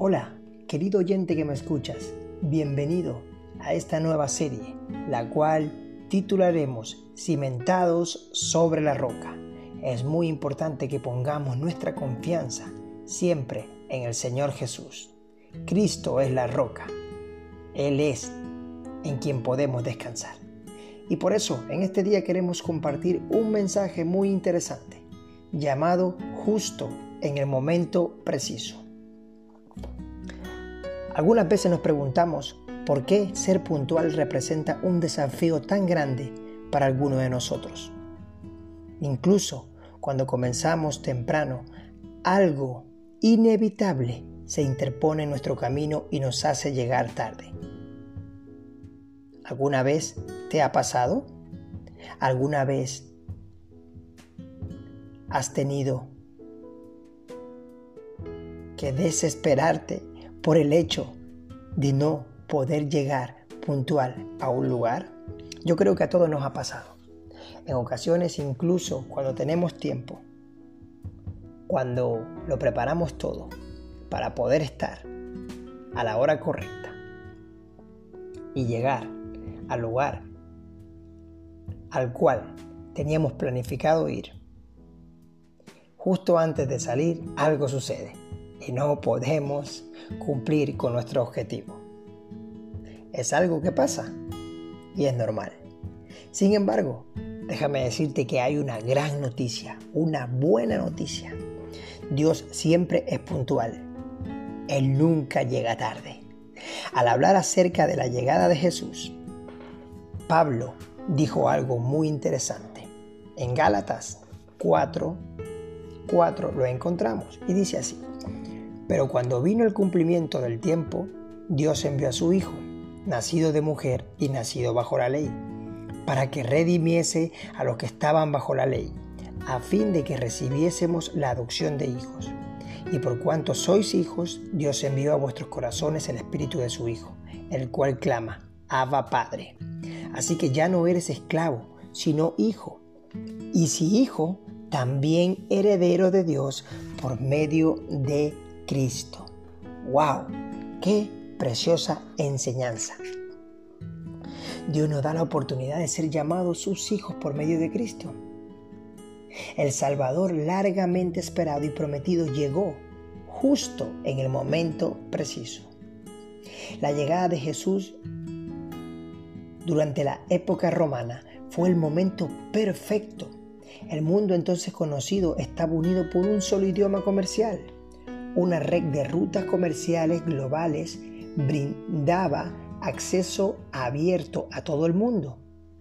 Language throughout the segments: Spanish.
Hola, querido oyente que me escuchas, bienvenido a esta nueva serie, la cual titularemos Cimentados sobre la roca. Es muy importante que pongamos nuestra confianza siempre en el Señor Jesús. Cristo es la roca, Él es en quien podemos descansar. Y por eso en este día queremos compartir un mensaje muy interesante, llamado Justo en el momento preciso. Algunas veces nos preguntamos por qué ser puntual representa un desafío tan grande para algunos de nosotros. Incluso cuando comenzamos temprano, algo inevitable se interpone en nuestro camino y nos hace llegar tarde. ¿Alguna vez te ha pasado? ¿Alguna vez has tenido que desesperarte por el hecho de no poder llegar puntual a un lugar? Yo creo que a todos nos ha pasado. En ocasiones, incluso cuando tenemos tiempo, cuando lo preparamos todo para poder estar a la hora correcta y llegar al lugar al cual teníamos planificado ir, justo antes de salir algo sucede y no podemos cumplir con nuestro objetivo. Es algo que pasa y es normal. Sin embargo, déjame decirte que hay una gran noticia, una buena noticia. Dios siempre es puntual. Él nunca llega tarde. Al hablar acerca de la llegada de Jesús, Pablo dijo algo muy interesante. En Gálatas 4:4 lo encontramos y dice así: pero cuando vino el cumplimiento del tiempo, Dios envió a su Hijo, nacido de mujer y nacido bajo la ley, para que redimiese a los que estaban bajo la ley, a fin de que recibiésemos la adopción de hijos. Y por cuanto sois hijos, Dios envió a vuestros corazones el Espíritu de su Hijo, el cual clama: Abba, Padre. Así que ya no eres esclavo, sino hijo. Y si hijo, también heredero de Dios por medio de Cristo. ¡Wow! ¡Qué preciosa enseñanza! Dios nos da la oportunidad de ser llamados sus hijos por medio de Cristo. El Salvador largamente esperado y prometido llegó justo en el momento preciso. La llegada de Jesús durante la época romana fue el momento perfecto. El mundo entonces conocido estaba unido por un solo idioma comercial. Una red de rutas comerciales globales brindaba acceso abierto a todo el mundo.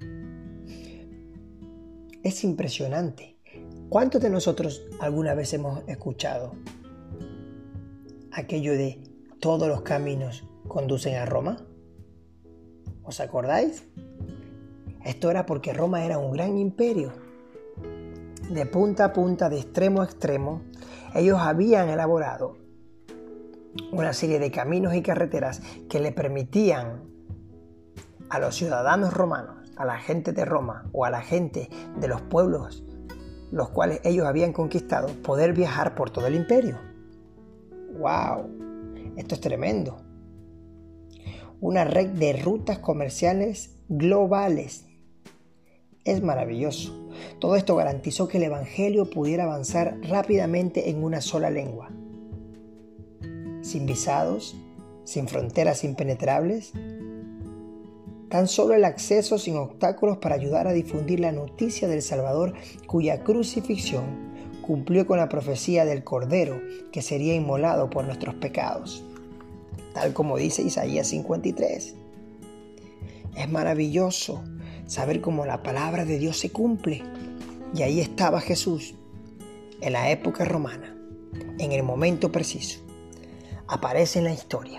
Es impresionante. ¿Cuántos de nosotros alguna vez hemos escuchado aquello de todos los caminos conducen a Roma? ¿Os acordáis? Esto era porque Roma era un gran imperio. De punta a punta, de extremo a extremo, ellos habían elaborado una serie de caminos y carreteras que le permitían a los ciudadanos romanos, a la gente de Roma o a la gente de los pueblos los cuales ellos habían conquistado, poder viajar por todo el imperio. ¡Wow! Esto es tremendo. Una red de rutas comerciales globales. Es maravilloso. Todo esto garantizó que el Evangelio pudiera avanzar rápidamente en una sola lengua. Sin visados, sin fronteras impenetrables. Tan solo el acceso sin obstáculos para ayudar a difundir la noticia del Salvador, cuya crucifixión cumplió con la profecía del Cordero que sería inmolado por nuestros pecados, tal como dice Isaías 53. Es maravilloso saber cómo la palabra de Dios se cumple. Y ahí estaba Jesús, en la época romana, en el momento preciso. Aparece en la historia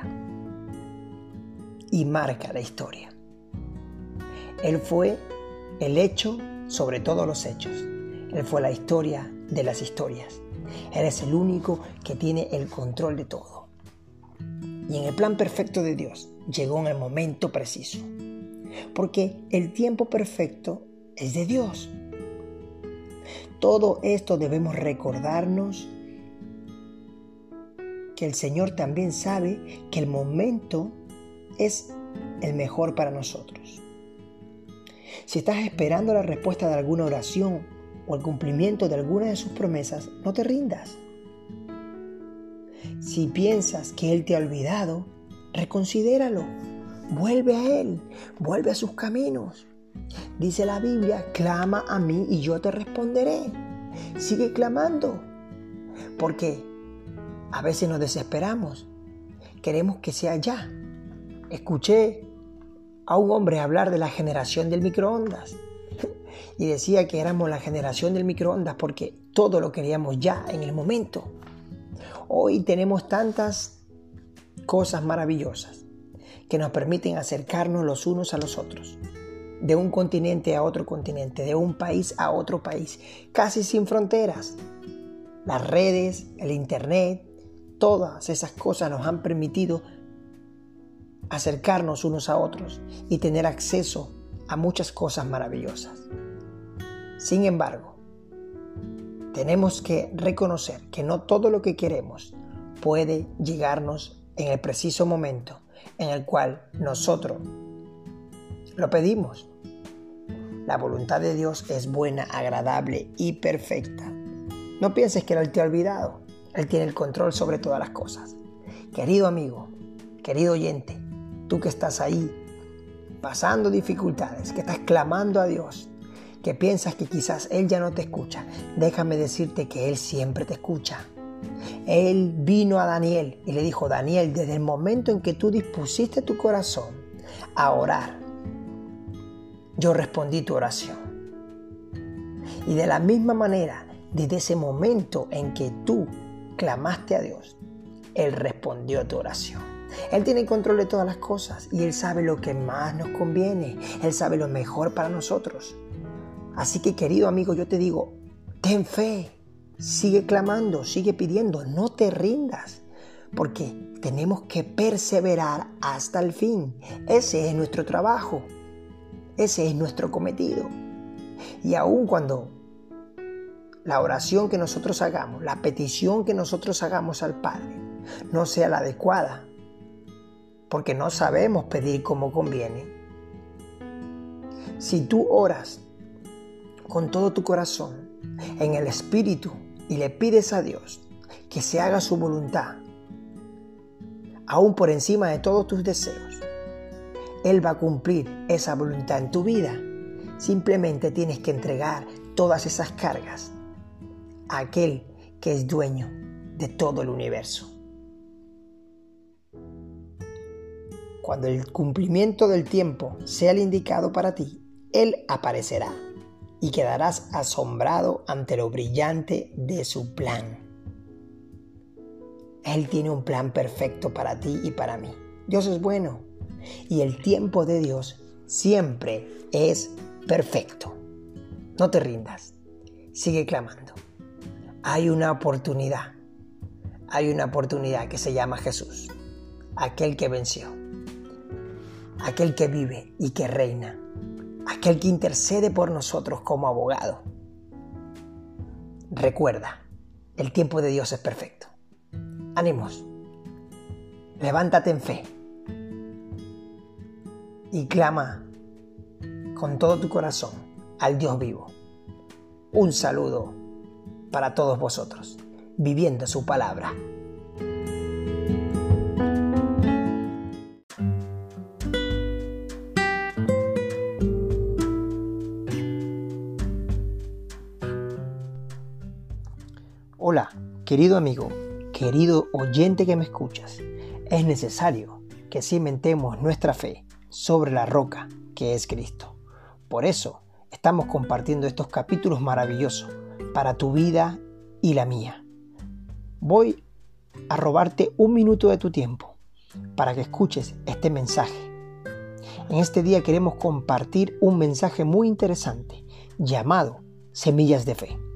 y marca la historia. Él fue el hecho sobre todos los hechos. Él fue la historia de las historias. Él es el único que tiene el control de todo. Y en el plan perfecto de Dios llegó en el momento preciso. Porque el tiempo perfecto es de Dios. Todo esto debemos recordarnos que el Señor también sabe que el momento es el mejor para nosotros. Si estás esperando la respuesta de alguna oración o el cumplimiento de alguna de sus promesas, no te rindas. Si piensas que Él te ha olvidado, reconsidéralo. Vuelve a Él, vuelve a sus caminos. Dice la Biblia, clama a mí y yo te responderé. Sigue clamando, porque a veces nos desesperamos. Queremos que sea ya. Escuché a un hombre hablar de la generación del microondas y decía que éramos la generación del microondas porque todo lo queríamos ya, en el momento. Hoy tenemos tantas cosas maravillosas que nos permiten acercarnos los unos a los otros, de un continente a otro continente, de un país a otro país, casi sin fronteras. Las redes, el internet, todas esas cosas nos han permitido acercarnos unos a otros y tener acceso a muchas cosas maravillosas. Sin embargo, tenemos que reconocer que no todo lo que queremos puede llegarnos en el preciso momento en el cual nosotros lo pedimos. La voluntad de Dios es buena, agradable y perfecta. No pienses que Él te ha olvidado. Él tiene el control sobre todas las cosas. Querido amigo, querido oyente, tú que estás ahí pasando dificultades, que estás clamando a Dios, que piensas que quizás Él ya no te escucha, déjame decirte que Él siempre te escucha. Él vino a Daniel y le dijo, Daniel, desde el momento en que tú dispusiste tu corazón a orar, yo respondí tu oración. Y de la misma manera, desde ese momento en que tú clamaste a Dios, Él respondió tu oración. Él tiene control de todas las cosas y Él sabe lo que más nos conviene. Él sabe lo mejor para nosotros. Así que, querido amigo, yo te digo, ten fe, sigue clamando, sigue pidiendo, no te rindas, porque tenemos que perseverar hasta el fin. Ese es nuestro trabajo, ese es nuestro cometido. Y aun cuando la oración que nosotros hagamos, la petición que nosotros hagamos al Padre no sea la adecuada, porque no sabemos pedir como conviene, si tú oras con todo tu corazón en el Espíritu y le pides a Dios que se haga su voluntad, aún por encima de todos tus deseos, Él va a cumplir esa voluntad en tu vida. Simplemente tienes que entregar todas esas cargas a aquel que es dueño de todo el universo. Cuando el cumplimiento del tiempo sea el indicado para ti, Él aparecerá y quedarás asombrado ante lo brillante de su plan. Él tiene un plan perfecto para ti y para mí. Dios es bueno y el tiempo de Dios siempre es perfecto. No te rindas, sigue clamando. Hay una oportunidad que se llama Jesús, aquel que venció, aquel que vive y que reina, aquel que intercede por nosotros como abogado. Recuerda, el tiempo de Dios es perfecto. Ánimos, levántate en fe y clama con todo tu corazón al Dios vivo. Un saludo para todos vosotros, viviendo su palabra. Hola, querido amigo, querido oyente que me escuchas. Es necesario que cimentemos nuestra fe sobre la roca que es Cristo. Por eso estamos compartiendo estos capítulos maravillosos para tu vida y la mía. Voy a robarte un minuto de tu tiempo para que escuches este mensaje. En este día queremos compartir un mensaje muy interesante llamado Semillas de Fe.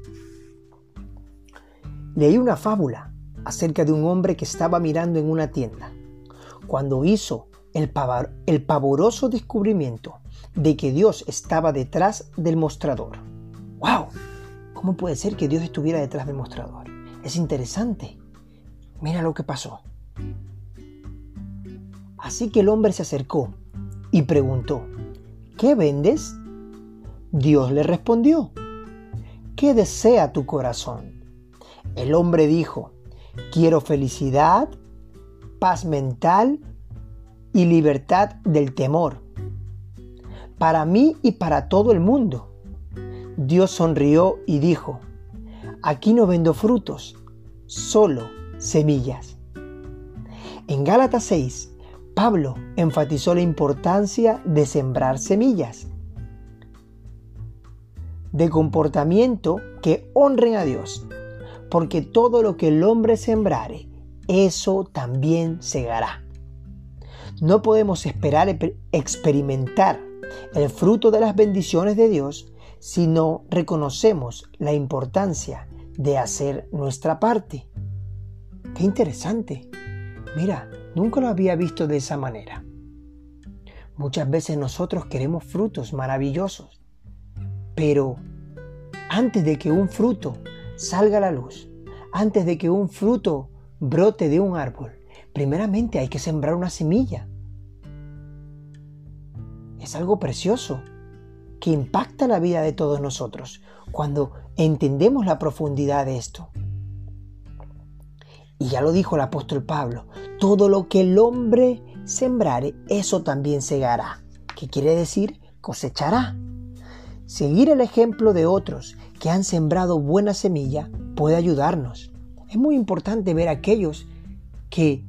Leí una fábula acerca de un hombre que estaba mirando en una tienda cuando hizo el pavoroso descubrimiento de que Dios estaba detrás del mostrador. ¡Wow! ¿Cómo puede ser que Dios estuviera detrás del mostrador? Es interesante. Mira lo que pasó. Así que el hombre se acercó y preguntó: ¿qué vendes? Dios le respondió: ¿qué desea tu corazón? El hombre dijo: quiero felicidad, paz mental y libertad del temor, para mí y para todo el mundo. Dios sonrió y dijo: aquí no vendo frutos, solo semillas. En Gálatas 6, Pablo enfatizó la importancia de sembrar semillas de comportamiento que honren a Dios, porque todo lo que el hombre sembrare, eso también segará. No podemos esperar experimentar el fruto de las bendiciones de Dios si no reconocemos la importancia de hacer nuestra parte. ¡Qué interesante! Mira, nunca lo había visto de esa manera. Muchas veces nosotros queremos frutos maravillosos, pero antes de que un fruto salga a la luz, antes de que un fruto brote de un árbol, primeramente hay que sembrar una semilla. Es algo precioso que impacta la vida de todos nosotros cuando entendemos la profundidad de esto. Y ya lo dijo el apóstol Pablo: todo lo que el hombre sembrare, eso también segará. ¿Qué quiere decir? Cosechará. Seguir el ejemplo de otros que han sembrado buena semilla puede ayudarnos. Es muy importante ver a aquellos que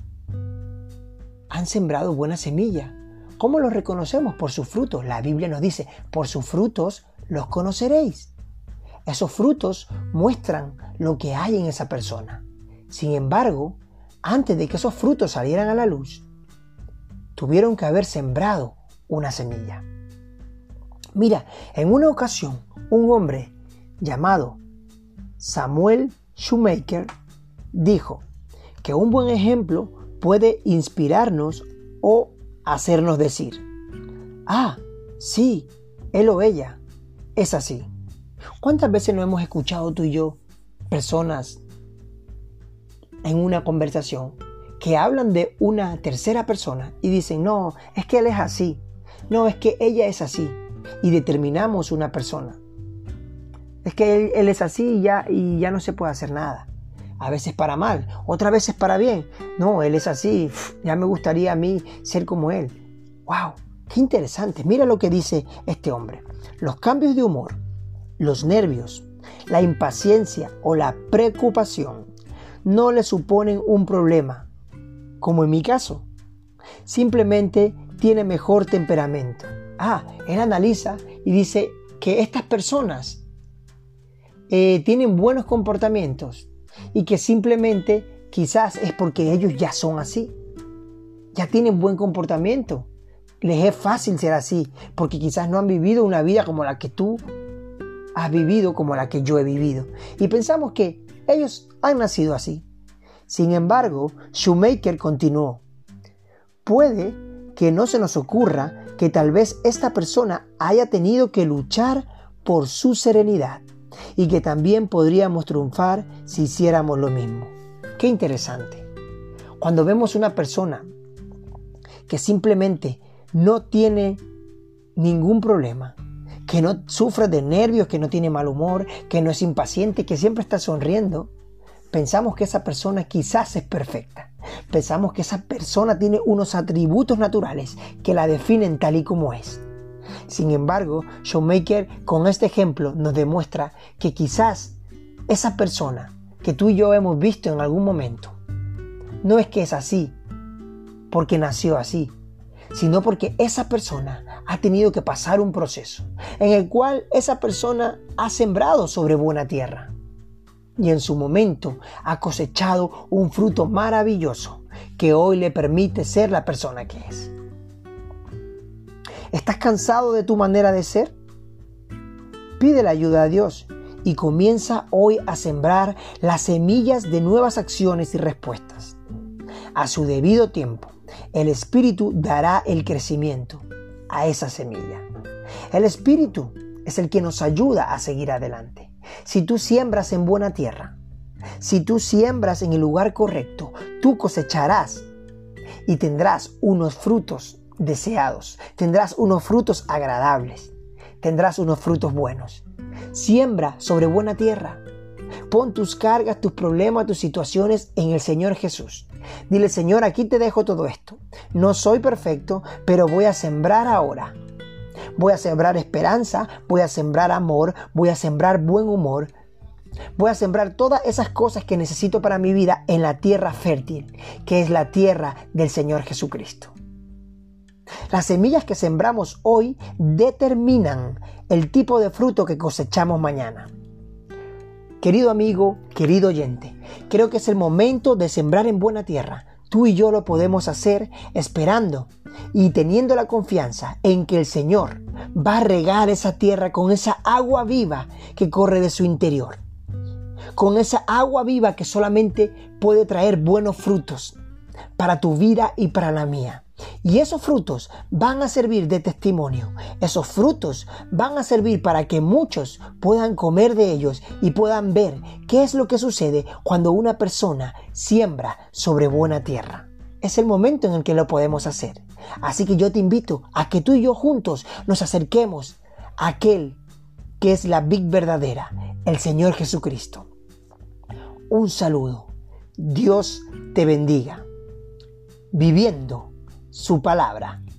han sembrado buena semilla. ¿Cómo los reconocemos? Por sus frutos. La Biblia nos dice: por sus frutos los conoceréis. Esos frutos muestran lo que hay en esa persona. Sin embargo, antes de que esos frutos salieran a la luz, tuvieron que haber sembrado una semilla. Mira, en una ocasión, un hombre llamado Samuel Shoemaker dijo que un buen ejemplo puede inspirarnos o hacernos decir: ah, sí, él o ella es así. ¿Cuántas veces no hemos escuchado tú y yo personas en una conversación que hablan de una tercera persona y dicen: no, es que él es así, no, es que ella es así, y determinamos una persona? Es que él es así y ya no se puede hacer nada. A veces para mal, otras veces para bien. No, él es así, ya me gustaría a mí ser como él. ¡Wow! ¡Qué interesante! Mira lo que dice este hombre. Los cambios de humor, los nervios, la impaciencia o la preocupación no le suponen un problema, como en mi caso. Simplemente tiene mejor temperamento. Él analiza y dice que estas personas tienen buenos comportamientos y que simplemente quizás es porque ellos ya son así, ya tienen buen comportamiento, les es fácil ser así porque quizás no han vivido una vida como la que tú has vivido, como la que yo he vivido, y pensamos que ellos han nacido así. Sin embargo, Shoemaker continuó: puede que no se nos ocurra que tal vez esta persona haya tenido que luchar por su serenidad y que también podríamos triunfar si hiciéramos lo mismo. Qué interesante. Cuando vemos una persona que simplemente no tiene ningún problema, que no sufre de nervios, que no tiene mal humor, que no es impaciente, que siempre está sonriendo, pensamos que esa persona quizás es perfecta. Pensamos que esa persona tiene unos atributos naturales que la definen tal y como es. Sin embargo, Shoemaker con este ejemplo nos demuestra que quizás esa persona que tú y yo hemos visto en algún momento no es que es así porque nació así, sino porque esa persona ha tenido que pasar un proceso en el cual esa persona ha sembrado sobre buena tierra y en su momento ha cosechado un fruto maravilloso que hoy le permite ser la persona que es. ¿Estás cansado de tu manera de ser? Pide la ayuda a Dios y comienza hoy a sembrar las semillas de nuevas acciones y respuestas. A su debido tiempo, el Espíritu dará el crecimiento a esa semilla. El Espíritu es el que nos ayuda a seguir adelante. Si tú siembras en buena tierra, Si tú siembras en el lugar correcto, tú cosecharás y tendrás unos frutos deseados, tendrás unos frutos agradables, tendrás unos frutos buenos. Siembra sobre buena tierra. Pon tus cargas, tus problemas, tus situaciones en el Señor Jesús. Dile: Señor, aquí te dejo todo esto. No soy perfecto, pero voy a sembrar ahora. Voy a sembrar esperanza, voy a sembrar amor, voy a sembrar buen humor. Voy a sembrar todas esas cosas que necesito para mi vida en la tierra fértil, que es la tierra del Señor Jesucristo. Las semillas que sembramos hoy determinan el tipo de fruto que cosechamos mañana. Querido amigo, querido oyente, creo que es el momento de sembrar en buena tierra. Tú y yo lo podemos hacer esperando y teniendo la confianza en que el Señor va a regar esa tierra con esa agua viva que corre de su interior. Con esa agua viva que solamente puede traer buenos frutos para tu vida y para la mía. Y esos frutos van a servir de testimonio. Esos frutos van a servir para que muchos puedan comer de ellos y puedan ver qué es lo que sucede cuando una persona siembra sobre buena tierra. Es el momento en el que lo podemos hacer. Así que yo te invito a que tú y yo juntos nos acerquemos a aquel que es la vid verdadera, el Señor Jesucristo. Un saludo. Dios te bendiga. Viviendo su palabra.